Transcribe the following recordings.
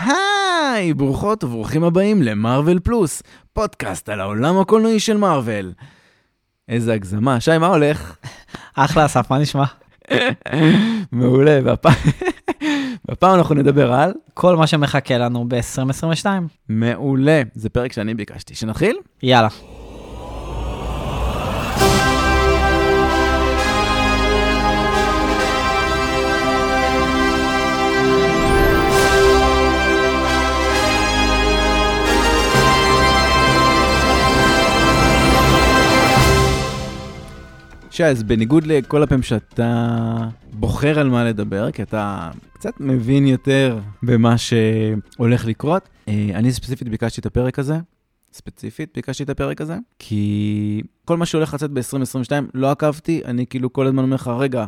היי, ברוכות וברוכים הבאים למרוול פלוס, פודקאסט על העולם הקולנועי של מרוול. איזה הגזמה, שי, מה הולך? אחלה, אסף, מה נשמע? מעולה, והפעם אנחנו נדבר על... כל מה שמחכה לנו ב-2022. מעולה, זה פרק שאני ביקשתי. שנתחיל? יאללה. אז בניגוד לכל הפעמים שאתה בוחר על מה לדבר, כי אתה קצת מבין יותר במה שהולך לקרות, אני ספציפית ביקשתי את הפרק הזה, כי כל מה שהולך לצאת ב-2022 לא עקבתי, אני כאילו כל הזמן אומר לך, רגע,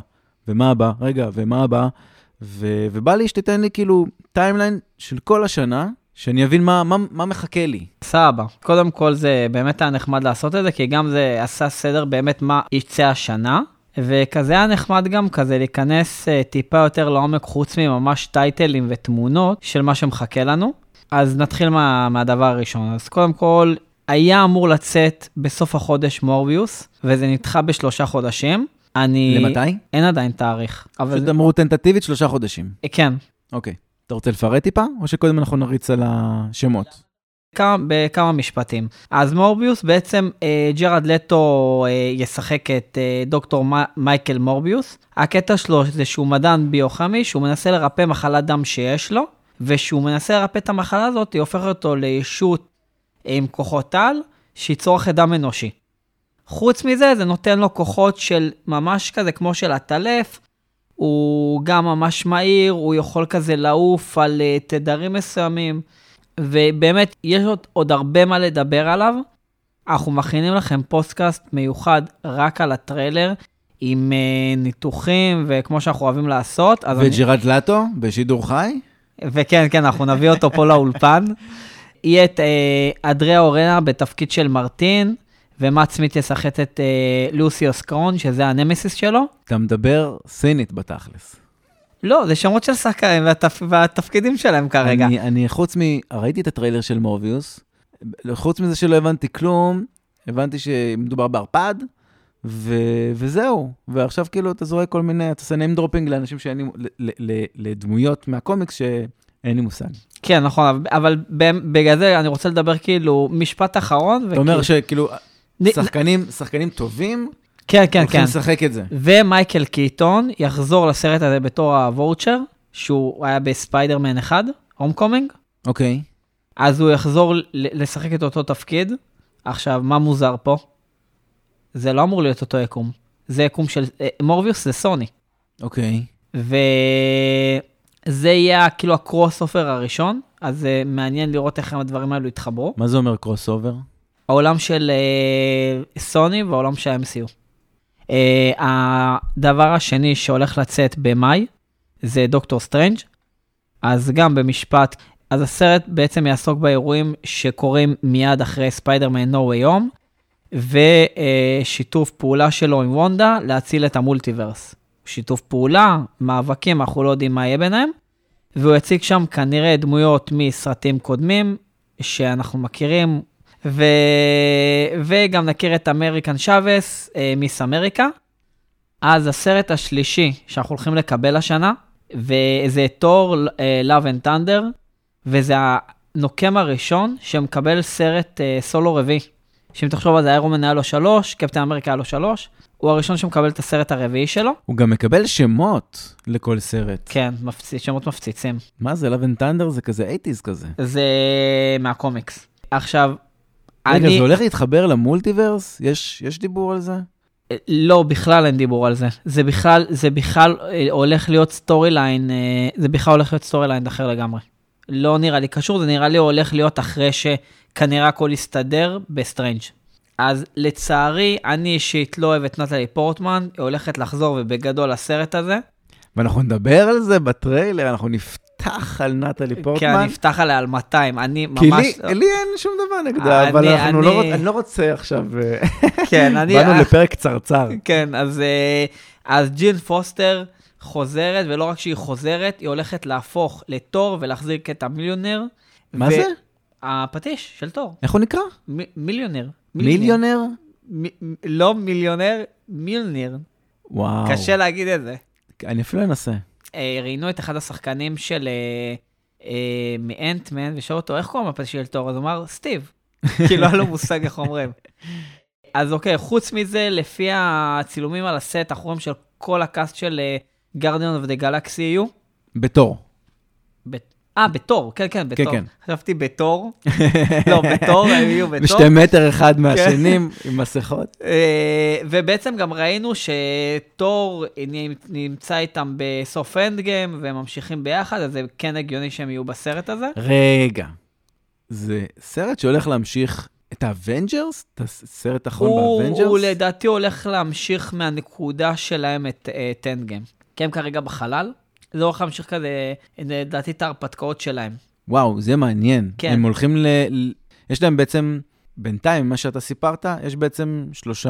ומה הבא, ובא לי שתתן לי כאילו טיימליין של כל השנה, שאני אבין מה מחכה לי. סבא. קודם כל זה באמת היה נחמד לעשות את זה, כי גם זה עשה סדר באמת מה יצא השנה, וכזה היה נחמד גם כזה להיכנס טיפה יותר לעומק חוץ מממש טייטלים ותמונות של מה שמחכה לנו. אז נתחיל מהדבר הראשון. אז קודם כל, היה אמור לצאת בסוף החודש מורביוס, וזה נדחה ב3 חודשים. למתי? אין עדיין תאריך. פשוט אמרו טנטטיבית 3 חודשים. כן. אוקיי. אתה רוצה לפרט טיפה, או שקודם אנחנו נריץ על השמות? בכמה משפטים. אז מורביוס בעצם, ג'רד לטו ישחק את דוקטור מייקל מורביוס. הקטע שלו זה שהוא מדען ביוכימי, שהוא מנסה לרפא מחלת דם שיש לו, ושהוא מנסה לרפא את המחלה הזאת, היא הופכת אותו לישות עם כוחות על, שהיא צורכת דם אנושי. חוץ מזה, זה נותן לו כוחות של ממש כזה, כמו של הטלף, הוא גם ממש מהיר, הוא יכול כזה לעוף על תדרים מסוימים, ובאמת יש עוד הרבה מה לדבר עליו. אנחנו מכינים לכם פודקאסט מיוחד רק על הטריילר, עם ניתוחים וכמו שאנחנו אוהבים לעשות. וג'רד לטו בשידור חי? וכן, אנחנו נביא אותו פה לאולפן. יהיה את אדריה אורנה בתפקיד של מרטין, ומאט סמית ישחק את לוסיוס קרון, שזה הנמסיס שלו. אתה מדבר סינית בתכלס. לא, זה שמות של שחקנים והתפקידים שלהם כרגע. אני ראיתי את הטריילר של מורביוס, חוץ מזה שלא הבנתי כלום, הבנתי שמדובר בערפד, וזהו. ועכשיו כאילו אתה זורק כל מיני, אתה עושה name dropping לאנשים לדמויות מהקומיקס שאין לי מושג. כן, נכון, אבל בגלל זה אני רוצה לדבר כאילו משפט אחרון. אתה אומר שכאילו שחקנים טובים, כן. הולכים לשחק את זה. ומייקל קיטון יחזור לסרט הזה בתור הוואוצ'ר, שהוא היה בספיידרמן 1, הומקומינג. אוקיי. אז הוא יחזור לשחק את אותו תפקיד. עכשיו, מה מוזר פה? זה לא אמור להיות אותו יקום. זה יקום של... מורביוס זה סוני. אוקיי. וזה יהיה כאילו הקרוס אופר הראשון, אז זה מעניין לראות איך הדברים האלו יתחברו. מה זה אומר קרוס אופר? העולם של סוני והעולם של MCU. הדבר השני שהולך לצאת במאי, זה דוקטור סטרנג'. אז גם במשפט, אז הסרט בעצם יעסוק באירועים שקורים מיד אחרי ספיידרמן No Way Home, ושיתוף פעולה שלו עם וונדה להציל את המולטיברס. שיתוף פעולה, מאבקים, אנחנו לא יודעים מה יהיה ביניהם, והוא יציג שם כנראה דמויות מסרטים קודמים, שאנחנו מכירים, וגם נכיר את אמריקן שבס, מיס אמריקה. אז הסרט השלישי שאנחנו הולכים לקבל השנה, וזה תור Love and Thunder, וזה הנוקם הראשון שמקבל סרט סולו רביעי. שאם תחשוב על זה, איירון מן היה לו 3, קפטן אמריקה היה לו 3, הוא הראשון שמקבל את הסרט הרביעי שלו. הוא גם מקבל שמות לכל סרט. כן, שמות מפציצים. מה זה? Love and Thunder זה כזה 80s כזה. זה מהקומיקס. עכשיו, רגע, זה הולך להתחבר למולטיברס? יש דיבור על זה? לא, בכלל אין דיבור על זה. זה בכלל הולך להיות סטורי ליין, אחר לגמרי. לא נראה לי קשור, זה נראה לי הולך להיות אחרי שכנראה הכל יסתדר בסטרנג'. אז לצערי, אני אישית לא אוהב את נטלי פורטמן, היא הולכת לחזור ובגדול הסרט הזה. ואנחנו נדבר על זה בטריילר, אנחנו נפתח על נטלי פורטמן. כן, נפתח עליה על 200, אני ממש... כי לי אין שום דבר נגדה, אבל אני לא רוצה עכשיו... כן, באנו לפרק קצרצר. כן, אז ג'ין פוסטר חוזרת, ולא רק שהיא חוזרת, היא הולכת להפוך לתור ולהחזיר קטע מיליונר. מה זה? הפטיש של תור. איך הוא נקרא? מיליונר. מיליונר? לא מיליונר, מיליונר. וואו. קשה להגיד את זה. אני אפילו אנסה. ראינו את אחד השחקנים של מאנטמן, ושאל אותו, איך קוראים הפטיש של תור? אז הוא אמר, סטיב. כי לא היה לו מושג איך אומרים. אז אוקיי, חוץ מזה, לפי הצילומים על הסט, אנחנו רואים של כל הקאסט של Guardians of the Galaxy יהיו. בתור. בתור, כן, בתור. כן. חשבתי בתור. לא, בתור, הם יהיו בתור. ב2 מטר אחד מהשנים עם מסכות. ובעצם גם ראינו שתור נמצא איתם בסוף אנדגיים, והם ממשיכים ביחד, אז זה כן הגיוני שהם יהיו בסרט הזה. רגע, זה סרט שהולך להמשיך את האבנג'רס? את הסרט האחרון באבנג'רס? הוא לדעתי הולך להמשיך מהנקודה שלהם את אנדגיים. כי הם כרגע בחלל, זה הולך להמשיך כזה, לדעתי את ההרפתקאות שלהם. וואו, זה מעניין. כן. הם הולכים יש להם בעצם, בינתיים, מה שאתה סיפרת, יש בעצם 3...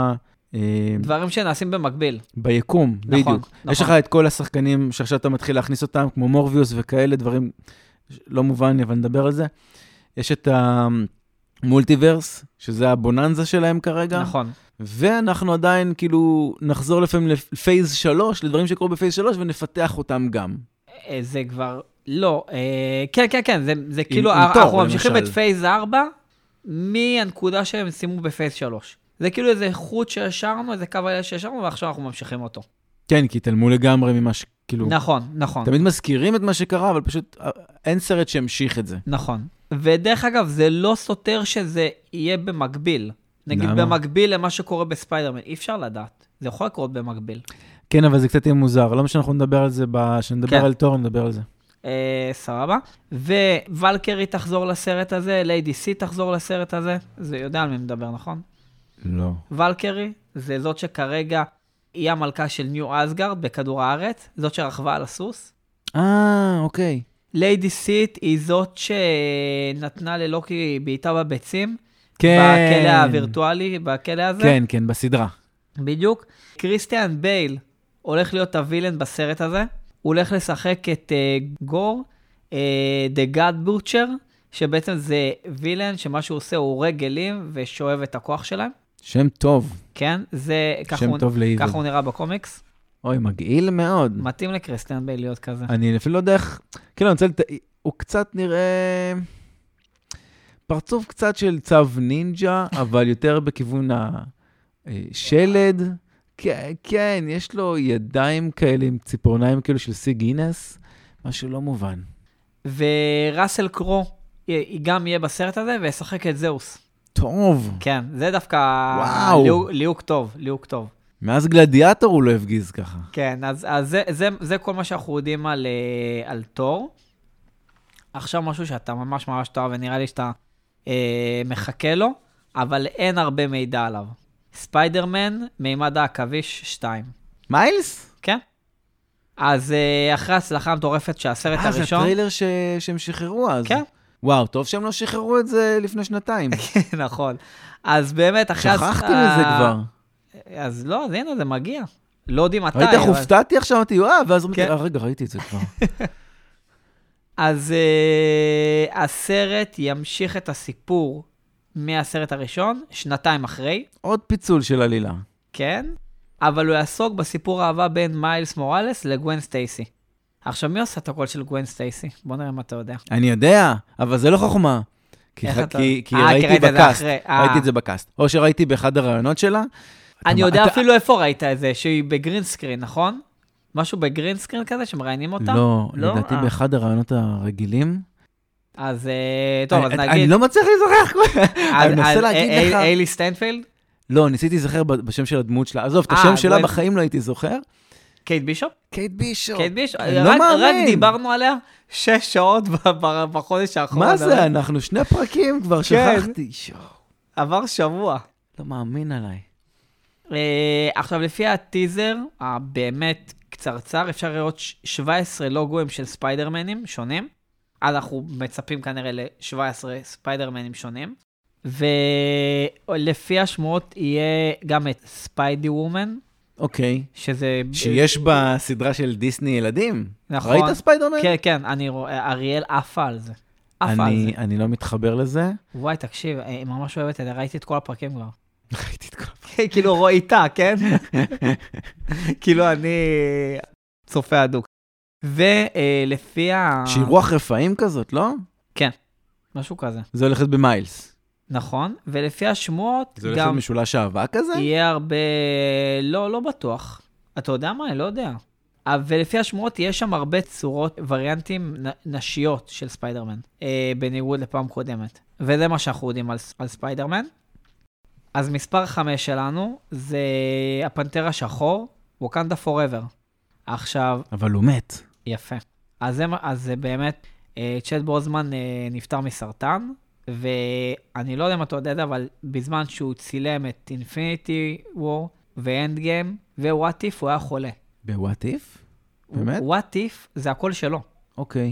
דברים שנעשים במקביל. ביקום, נכון, בדיוק. נכון. יש לך את כל השחקנים שעכשיו אתה מתחיל להכניס אותם, כמו מורביוס וכאלה, דברים לא מובן, אבל נדבר על זה. יש את המולטיברס, שזה הבוננזה שלהם כרגע. נכון. ואנחנו עדיין כאילו נחזור לפעמים לפייז 3, לדברים שקורו בפייז 3, ונפתח אותם גם. זה כבר, לא, כן, זה כאילו, עם אנחנו תור, ממשיכים למשל. את פייז 4, מהנקודה שהם שימו בפייז 3. זה כאילו איזה חוט שישרנו, איזה קו האלה שישרנו, ועכשיו אנחנו ממשיכים אותו. כן, כי תלמו לגמרי ממה כאילו... נכון. תמיד מזכירים את מה שקרה, אבל פשוט אין סרט שהמשיך את זה. נכון. ודרך אגב, זה לא סותר שזה יהיה במקביל. נגיד למה? במקביל למה שקורה בספיידרמן. אי אפשר לדעת. זה יכול לקרות במקביל. כן, אבל זה קצת יהיה מוזר. לא משנה, אנחנו נדבר על זה, כשנדבר כן. על תור, נדבר על זה. סבבה. וולקרי תחזור לסרט הזה, ליידי סי תחזור לסרט הזה. זה יודע על מי מדבר, נכון? לא. וולקרי זה זאת שכרגע היא המלכה של ניו אסגרד בכדור הארץ, זאת שרכבה על הסוס. אוקיי. ליידי סיט היא זאת שנתנה ללוקי בעיטה בביצים, כן. בכלא הווירטואלי, בכלא הזה. כן, בסדרה. בדיוק. קריסטיאן בייל הולך להיות הווילן בסרט הזה, הוא הולך לשחק את גור, The God Butcher, שבעצם זה וילן שמה שהוא עושה הוא הורג גלים ושואב את הכוח שלהם. שם טוב. כן, זה שם טוב לאיבל. ככה הוא נראה בקומיקס. אוי, מגעיל מאוד. מתאים לקריסטיאן בייל להיות כזה. אני אפילו לא יודע איך... כן, אני רוצה... הוא קצת נראה... פרצוף קצת של צו נינג'ה, אבל יותר בכיוון השלד. כן, יש לו ידיים כאלה עם ציפורניים כאילו של סי גינס, משהו לא מובן. וראסל קרו, היא גם יהיה בסרט הזה, וישחק את זאוס. טוב. כן, זה דווקא... וואו. ליהוק טוב. מאז גלדיאטור הוא לא הפגיז ככה. כן, אז זה כל מה שאנחנו יודעים על תור. עכשיו משהו שאתה ממש ממש טוב, ונראה לי שאתה מחכה לו, אבל אין הרבה מידע עליו. ספיידרמן, מימד העכביש 2. מיילס? כן. אז אחרי הצלחה מטורפת שהסרט הראשון... זה הטריילר שהם שחררו אז. כן. וואו, טוב שהם לא שחררו את זה לפני 2 נכון. אז באמת אחרי... שכחתי מזה כבר. אז לא, אז הנה, זה מגיע. לא יודעים מתי. ראית איך הופתעתי עכשיו, אמרתי, ואז אמרתי, כן. רגע, ראיתי את זה כבר. אז הסרט ימשיך את הסיפור מהסרט הראשון, 2 אחרי. עוד פיצול של עלילה. כן, אבל הוא יעסוק בסיפור האהבה בין מיילס מוראלס לגווין סטייסי. עכשיו, מי עושה את הקול של גווין סטייסי? בוא נראה מה אתה יודע. אני יודע, אבל זה לא חוכמה. כי ראיתי בקאסט, ראיתי את זה בקאסט. או שראיתי באחד הרעיונות שלה. אני יודע אפילו איפה ראית את זה, שהיא בגרין סקרין, נכון? משהו בגרין סקרין כזה שמראיינים אותה? לא, לדעתי באחד הרעיונות הרגילים. אז טוב, אז נגיד... אני לא מצליח להיזכר. אני מנסה להגיד לך... איילי סטיינפילד? לא, ניסיתי להיזכר בשם של הדמות שלה. עזוב, את השם שלה בחיים לא הייתי זוכר. קייט בישופ? קייט בישופ. רק דיברנו עליה 6 שעות בחודש האחרון. מה זה? אנחנו 2 פרקים כבר שכחתי. עבר שבוע. לא מאמין עליי. עכשיו, לפי הטיזר, הבאמת קצרצר, אפשר לראות 17 לוגוים של ספיידרמנים שונים. אז אנחנו מצפים כנראה ל-17 ספיידרמנים שונים. ולפי השמועות יהיה גם את ספיידי וומן, אוקיי. שזה... שיש בסדרה של דיסני ילדים? נכון. ראית ספיידרמן? כן, כן, אריאל עפה על זה. אני לא מתחבר לזה. וואי, תקשיב, היא ממש אוהבת את זה, ראיתי את כל הפרקים כבר. ראיתי את כל... כאילו רואי איתה, כן? כאילו אני צופה הדוק. ולפי שהיא רוח רפאים כזאת, לא? כן, משהו כזה. זה הולכת במיילס. נכון, ולפי השמועות זה הולכת משולש אהבה כזה? יהיה הרבה... לא בטוח. אתה יודע מה? אני לא יודע. ולפי השמועות יש שם הרבה צורות, וריאנטים נשיות של ספיידרמן, בניגוד לפעם קודמת. וזה מה שאנחנו יודעים על ספיידרמן. אז מספר 5 שלנו זה הפנתר השחור, ווקנדה פוראבר. עכשיו... אבל הוא מת. יפה. אז זה באמת, צ'אד בוזמן נפטר מסרטן, ואני לא יודע אם אתה יודע, אבל בזמן שהוא צילם את אינפיניטי וור ואנד גיים ווואט איף, הוא היה חולה. בוואט איף? באמת? וואט איף זה הכל שלו. אוקיי.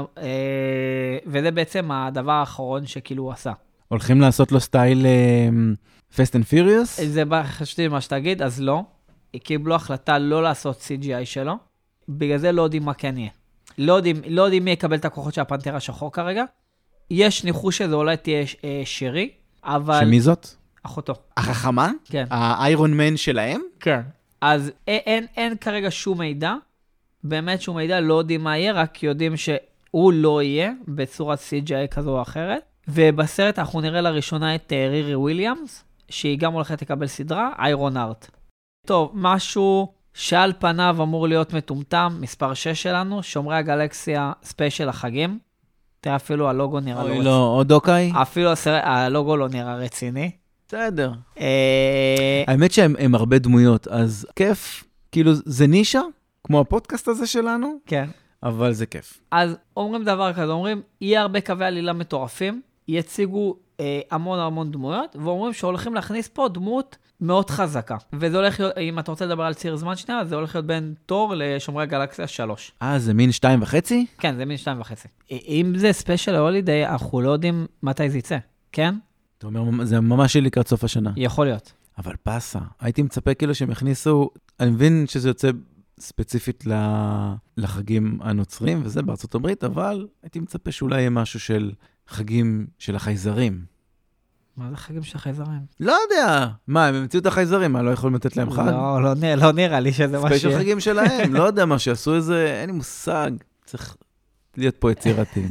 וזה בעצם הדבר האחרון שכאילו הוא עשה. הולכים לעשות לו סטייל Fast and Furious? זה חשבתי מה שתגיד, אז לא. קיבלו החלטה לא לעשות CGI שלו, בגלל זה לא יודעים מה כן יהיה. לא יודעים מי יקבל את הכוחות של הפנתר השחור כרגע. יש ניחוש שזה אולי תהיה שירי, אבל... שמי זאת? אחותו. החכמה? כן. האיירון מן שלהם? כן. אז אין כרגע שום מידע, באמת שום מידע, לא יודעים מה יהיה, רק יודעים שהוא לא יהיה בצורת CGI כזו או אחרת. ובסרט אנחנו נראה לראשונה את רירי וויליאמס, שהיא גם הולכת לקבל סדרה, איירון ארט. טוב, משהו שעל פניו אמור להיות מטומטם, מספר 6 שלנו, שומרי הגלקסיה ספיישל החגים. תראה, אפילו הלוגו נראה אוי לא, עוד אוקיי? אפילו הלוגו לא נראה רציני. בסדר. האמת שהם הרבה דמויות, אז כיף. כאילו, זה נישה, כמו הפודקאסט הזה שלנו, כן. אבל זה כיף. אז אומרים דבר כזה, אומרים, יהיה הרבה קווי עלילה מטורפים, יציגו המון דמויות, ואומרים שהולכים להכניס פה דמות מאוד חזקה. וזה הולך להיות, אם אתה רוצה לדבר על ציר זמן שנייה, זה הולך להיות בין תור לשומרי הגלקסיה 3. זה מין 2.5? כן, זה מין 2.5. אם זה ספיישל הולידיי, אנחנו לא יודעים מתי זה יצא, כן? אתה אומר, זה ממש לקראת סוף השנה. יכול להיות. אבל פסה. הייתי מצפה כאילו שהם הכניסו, אני מבין שזה יוצא ספציפית לחגים הנוצרים, וזה בארצות הברית, אבל הייתי מצפה שאולי יהיה משהו של חגים של החייזרים. מה זה חגים של החייזרים? לא יודע. מה, הם המציאו את החייזרים? מה, לא יכולים לתת להם חג? לא נראה לי שזה מה ספיישל חגים שלהם, לא יודע מה, שעשו איזה, אין לי מושג. צריך להיות פה יצירתי.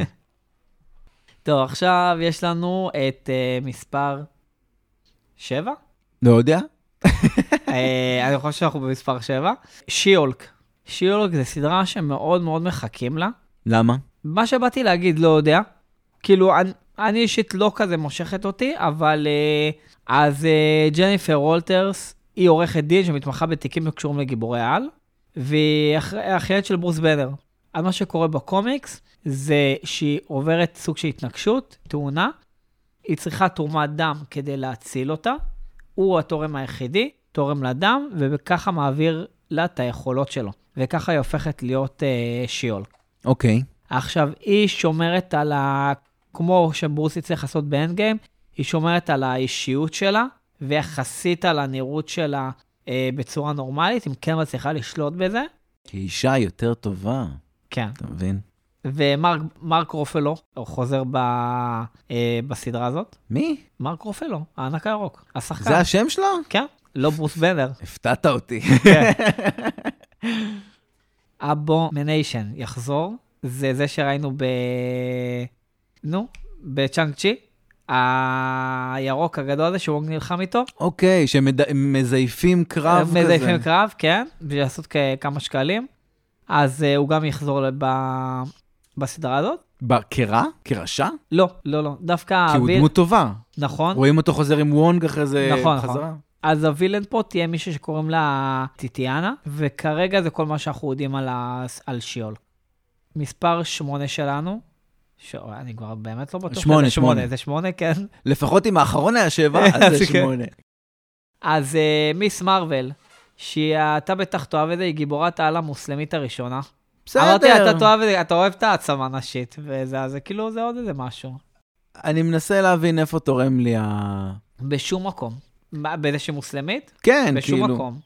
טוב, עכשיו יש לנו את מספר 7? לא יודע. אני חושב שאנחנו במספר 7. שיולק. שיולק זה סדרה שמאוד מאוד מחכים לה. למה? מה שבאתי להגיד, לא יודע. כאילו, אני אישית לא כזה מושכת אותי, אבל אז ג'ניפר וולטרס, היא עורכת דין שמתמחה בתיקים שקשורים לגיבורי העל, והיא אחיינית של ברוס בנר. אז מה שקורה בקומיקס, זה שהיא עוברת סוג של התנגשות, תאונה, היא צריכה תרומת דם כדי להציל אותה, הוא התורם היחידי, תורם לדם, וככה מעביר לה את היכולות שלו. וככה היא הופכת להיות שיולק. אוקיי. עכשיו, היא שומרת על כמו שברוס יצטרך לעשות באנד גיים, היא שומרת על האישיות שלה, ויחסית על הנראות שלה בצורה נורמלית, אם כן מצליחה לשלוט בזה. כאישה יותר טובה. כן. אתה מבין? ומרק רופלו, הוא חוזר בסדרה הזאת. מי? מרק רופלו, הענק הירוק, השחקן. זה השם שלו? כן, לא ברוס בנר. הפתעת אותי. אבומניישן יחזור, זה שראינו בצ'אנג צ'י, הירוק הגדול הזה שהוא נלחם איתו. אוקיי, שמזייפים קרב כזה. מזייפים קרב, כן, בשביל לעשות כמה שקלים. אז הוא גם יחזור בסדרה הזאת. בקרה? כרשע? לא, דווקא... כי הוא דמות טובה. נכון. רואים אותו חוזר עם וונג אחרי זה חזרה. נכון. אז הווילן פה תהיה מישהו שקוראים לה טיטיאנה, וכרגע זה כל מה שאנחנו יודעים על שיול. מספר 8 שלנו, אני כבר באמת לא בטוח. 8. זה 8, כן. לפחות אם האחרון היה 7, אז זה 8. אז מיס מרוול, שאתה בטח תאהב את זה, היא גיבורת העל המוסלמית הראשונה. בסדר. אמרתי, אתה אוהב את העצמה נשית, וזה כאילו, זה עוד איזה משהו. אני מנסה להבין איפה תורם לי בשום מקום. באיזה שהיא מוסלמית? כן, בשום כאילו. מקום.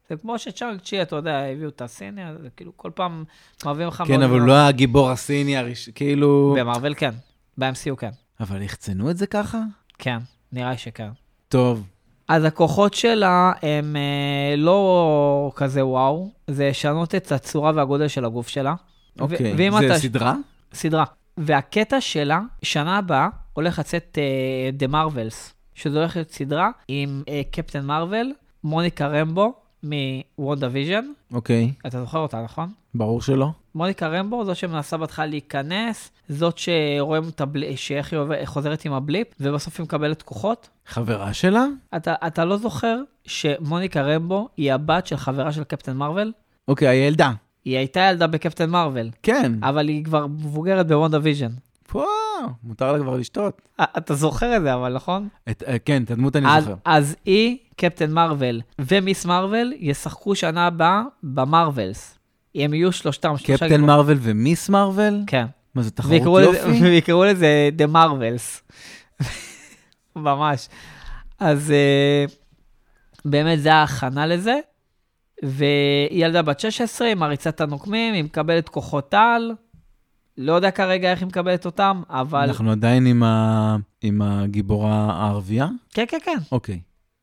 זה כמו שצ'אנג צ'י, אתה יודע, הביאו את הסיני, זה כאילו כל פעם מביאים לך... כן, אבל לא הגיבור הסיני, כאילו... במרוול כן, ב-MCU כן. אבל יחצנו את זה ככה? כן, נראה לי שכן. טוב. אז הכוחות שלה הם לא כזה וואו, זה לשנות את הצורה והגודל של הגוף שלה. אוקיי, זה סדרה? סדרה. והקטע שלה, שנה הבאה, הולך לצאת The Marvels, שזה הולך להיות סדרה עם קפטן מרוול, מוניקה רמבו מוונדה ויז'ן. אוקיי. אתה זוכר אותה, נכון? ברור שלא. מוניקה רמבו, זאת שמנסה בהתחלה להיכנס, זאת שרואים שאיך היא חוזרת עם הבליפ, ובסוף היא מקבלת כוחות. חברה שלה? אתה לא זוכר שמוניקה רמבו היא הבת של חברה של קפטן מרוול? אוקיי, הילדה. היא הייתה ילדה בקפטן מרוול. כן. אבל היא כבר מבוגרת בוונדה ויז'ן. פה, מותר לה כבר לשתות. אתה זוכר את זה, אבל נכון? כן, את הדמות אני זוכר. אז היא, קפטן מרוול ומיס מרוול, ישחקו שנה הבאה במרוולס. הם יהיו שלושתם. קפטן מרוול ומיס מרוול? כן. מה זה, תחרות יופי? ויקראו לזה The Marvels. ממש. אז באמת זה ההכנה לזה. והיא ילדה בת 16, היא מריצה את הנוקמים, היא מקבלת כוחות על. לא יודע כרגע איך היא מקבלת אותם, אבל... אנחנו עדיין עם הגיבורה הערבייה? כן, כן, כן. אוקיי.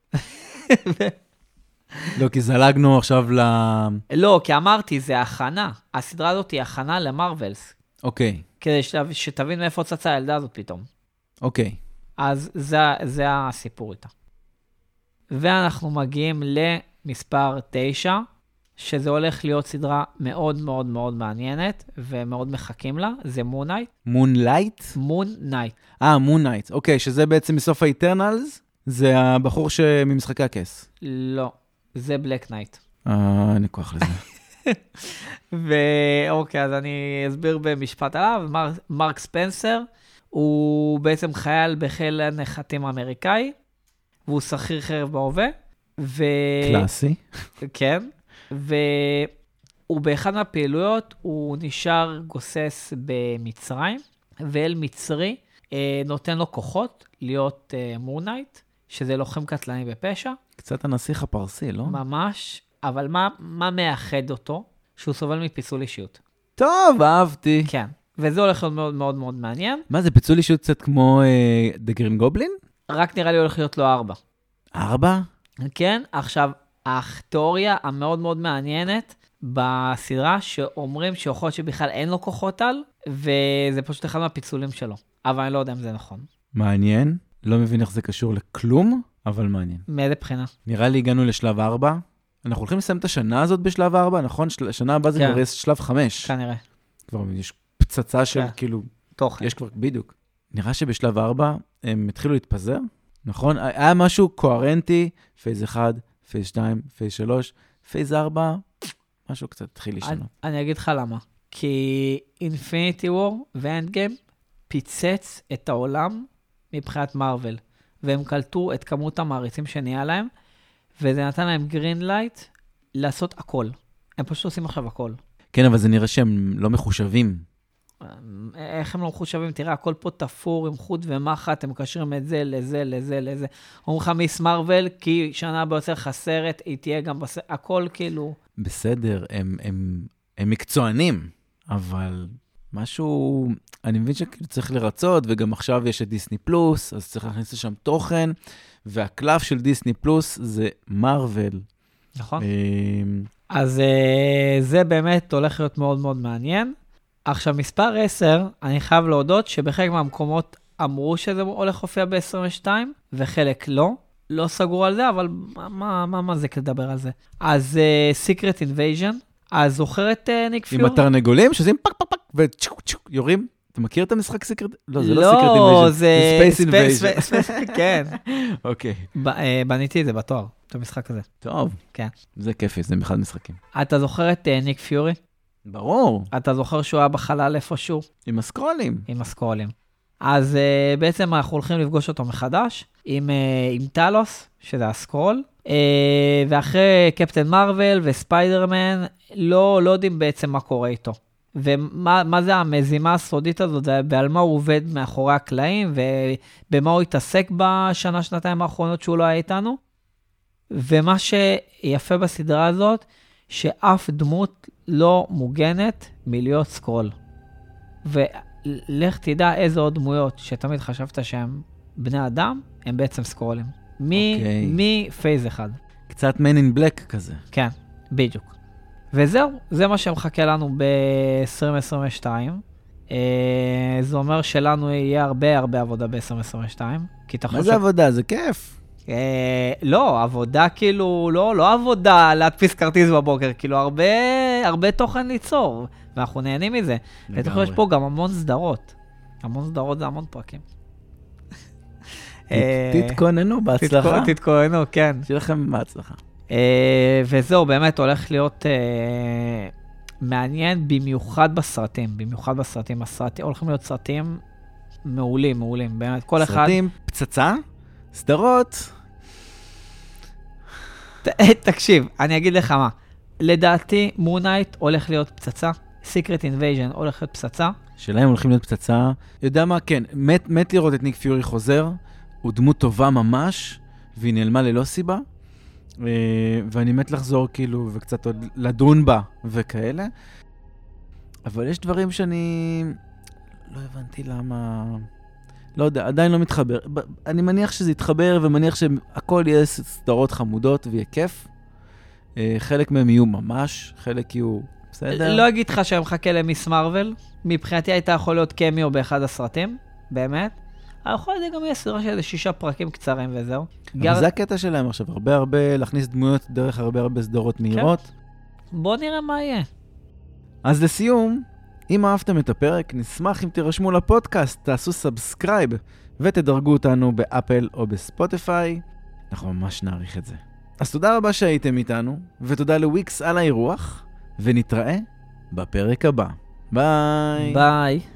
לא, כי זלגנו עכשיו לא, כי אמרתי, זה הכנה. הסדרה הזאת היא הכנה למרוולס. אוקיי. כדי שתבין מאיפה צצה הילדה הזאת פתאום. אוקיי. אז זה הסיפור איתה. ואנחנו מגיעים למספר 9, שזה הולך להיות סדרה מאוד מאוד מאוד מעניינת, ומאוד מחכים לה, זה מונייט. מונלייט? מונייט. מונייט, אוקיי, שזה בעצם מסוף האיטרנלס, זה הבחור ממשחקי הכס. לא, זה בלק נייט. אין לי כוח לזה. ואוקיי, אז אני אסביר במשפט עליו. מרק ספנסר, הוא בעצם חייל בחיל הנחתים האמריקאי, והוא שכיר חרב בהווה. קלאסי. כן. והוא באחד מהפעילויות, הוא נשאר גוסס במצרים, ואל מצרי נותן לו כוחות להיות מונייט, שזה לוחם קטלני בפשע. קצת הנסיך הפרסי, לא? ממש, אבל מה מאחד אותו? שהוא סובל מפיצול אישיות. טוב, אהבתי. כן, וזה הולך להיות מאוד מאוד מאוד מעניין. מה זה, פיצול אישיות קצת כמו The Green Goblin? רק נראה לי הולך להיות לו 4. 4? כן, עכשיו, התיאוריה המאוד מאוד מעניינת בסדרה, שאומרים שיכול להיות שבכלל אין לו כוחות על, וזה פשוט אחד מהפיצולים שלו. אבל אני לא יודע אם זה נכון. מעניין, לא מבין איך זה קשור לכלום, אבל מעניין. מאיזה בחינה? נראה לי הגענו לשלב 4. אנחנו הולכים לסיים את השנה הזאת בשלב 4, נכון? שנה הבאה זה כבר יש שלב 5. כנראה. כבר יש פצצה של כאילו... תוכן. יש כבר, בדיוק. נראה שבשלב 4 הם התחילו להתפזר, נכון? היה משהו קוהרנטי, פייז 1, פייז 2, פייז 3, פייז 4, משהו קצת התחיל לשנות. אני אגיד לך למה. כי Infinity War ו-Endgame פיצץ את העולם מבחינת מרוול, והם קלטו את כמות המעריצים שנהיה להם, וזה נתן להם גרין לייט לעשות הכל. הם פשוט עושים עכשיו הכל. כן, אבל זה נראה שהם לא מחושבים. איך הם לא מחושבים? תראה, הכל פה תפור עם חוט ומחט, הם מקשרים את זה לזה, לזה, לזה. אומרים לך מיס מרוול, כי שנה הבאה יוצא לך סרט, היא תהיה גם בסרט, הכל כאילו... בסדר, הם מקצוענים, אבל משהו, אני מבין שצריך לרצות, וגם עכשיו יש את דיסני פלוס, אז צריך להכניס לשם תוכן, והקלף של דיסני פלוס זה מרוול. נכון. אז זה באמת הולך להיות מאוד מאוד מעניין. עכשיו, מספר 10, אני חייב להודות שבחלק מהמקומות אמרו שזה הולך להופיע ב-22, וחלק לא. לא סגור על זה, אבל מה זה כדבר על זה? אז Secret Invasion, אז זוכרת ניק פיורי? עם התרנגולים, שעושים פק פק פק, וצ'וק צ'וק, יורים. אתה מכיר את המשחק Secret? לא, זה לא Secret Invasion, זה Space Invasion. כן. אוקיי. בניתי את זה בתואר, את המשחק הזה. טוב. כן. זה כיפי, זה אחד משחקים. אתה זוכר את ניק פיורי? ברור. אתה זוכר שהוא היה בחלל איפשהו? עם הסקרולים. עם הסקרולים. אז בעצם אנחנו הולכים לפגוש אותו מחדש, עם טלוס, שזה הסקרול, ואחרי קפטן מרוול וספיידרמן, לא יודעים בעצם מה קורה איתו. ומה זה המזימה הסודית הזאת, ועל מה הוא עובד מאחורי הקלעים, ובמה הוא התעסק בשנה, שנתיים האחרונות שהוא לא היה איתנו. ומה שיפה בסדרה הזאת, שאף דמות לא מוגנת מלהיות סקרול. ולך תדע איזה עוד דמויות שתמיד חשבת שהם בני אדם, הם בעצם סקרולים. מפייז אחד. קצת Man in Black כזה. כן, בדיוק. וזהו, זה מה שמחכה לנו ב-2022. זה אומר שלנו יהיה הרבה עבודה ב-2022. מה זה עבודה? זה כיף. לא, עבודה כאילו, לא עבודה להדפיס כרטיס בבוקר, כאילו הרבה תוכן ליצור, ואנחנו נהנים מזה. לתוכן יש פה גם המון סדרות. המון סדרות זה המון פרקים. תתכוננו בהצלחה. תתכוננו, כן. שיהיה לכם בהצלחה. וזהו, באמת הולך להיות מעניין במיוחד בסרטים. במיוחד בסרטים. הולכים להיות סרטים מעולים, באמת. כל אחד... סרטים, פצצה, סדרות. תקשיב, אני אגיד לך מה. לדעתי, מונייט הולך להיות פצצה. Secret Invasion הולך להיות פצצה. שלהם הולכים להיות פצצה. יודע מה? כן, מת לראות את ניק פיורי חוזר. הוא דמות טובה ממש, והיא נעלמה ללא סיבה. ואני מת לחזור כאילו, וקצת עוד לדון בה וכאלה. אבל יש דברים שאני לא הבנתי למה... לא יודע, עדיין לא מתחבר. אני מניח שזה יתחבר, ומניח שהכל יהיה סדרות חמודות ויהיה כיף. חלק מהם יהיו ממש, חלק יהיו בסדר. לא אגיד לך שאני מחכה למיס מרוול. מבחינתי הייתה יכול להיות קמיו באחד הסרטים, באמת. יכול להיות גם יהיה סדרה של 6 פרקים קצרים וזהו. אבל זה הקטע שלהם עכשיו, הרבה להכניס דמויות דרך הרבה סדרות מהירות. בוא נראה מה יהיה. אז לסיום, אם אהבתם את הפרק, נשמח אם תירשמו לפודקאסט, תעשו סאבסקרייב ותדרגו אותנו באפל או בספוטיפיי. אנחנו ממש נעריך את זה. אז תודה רבה שהייתם איתנו, ותודה לוויקס על האירוח, ונתראה בפרק הבא. ביי. ביי.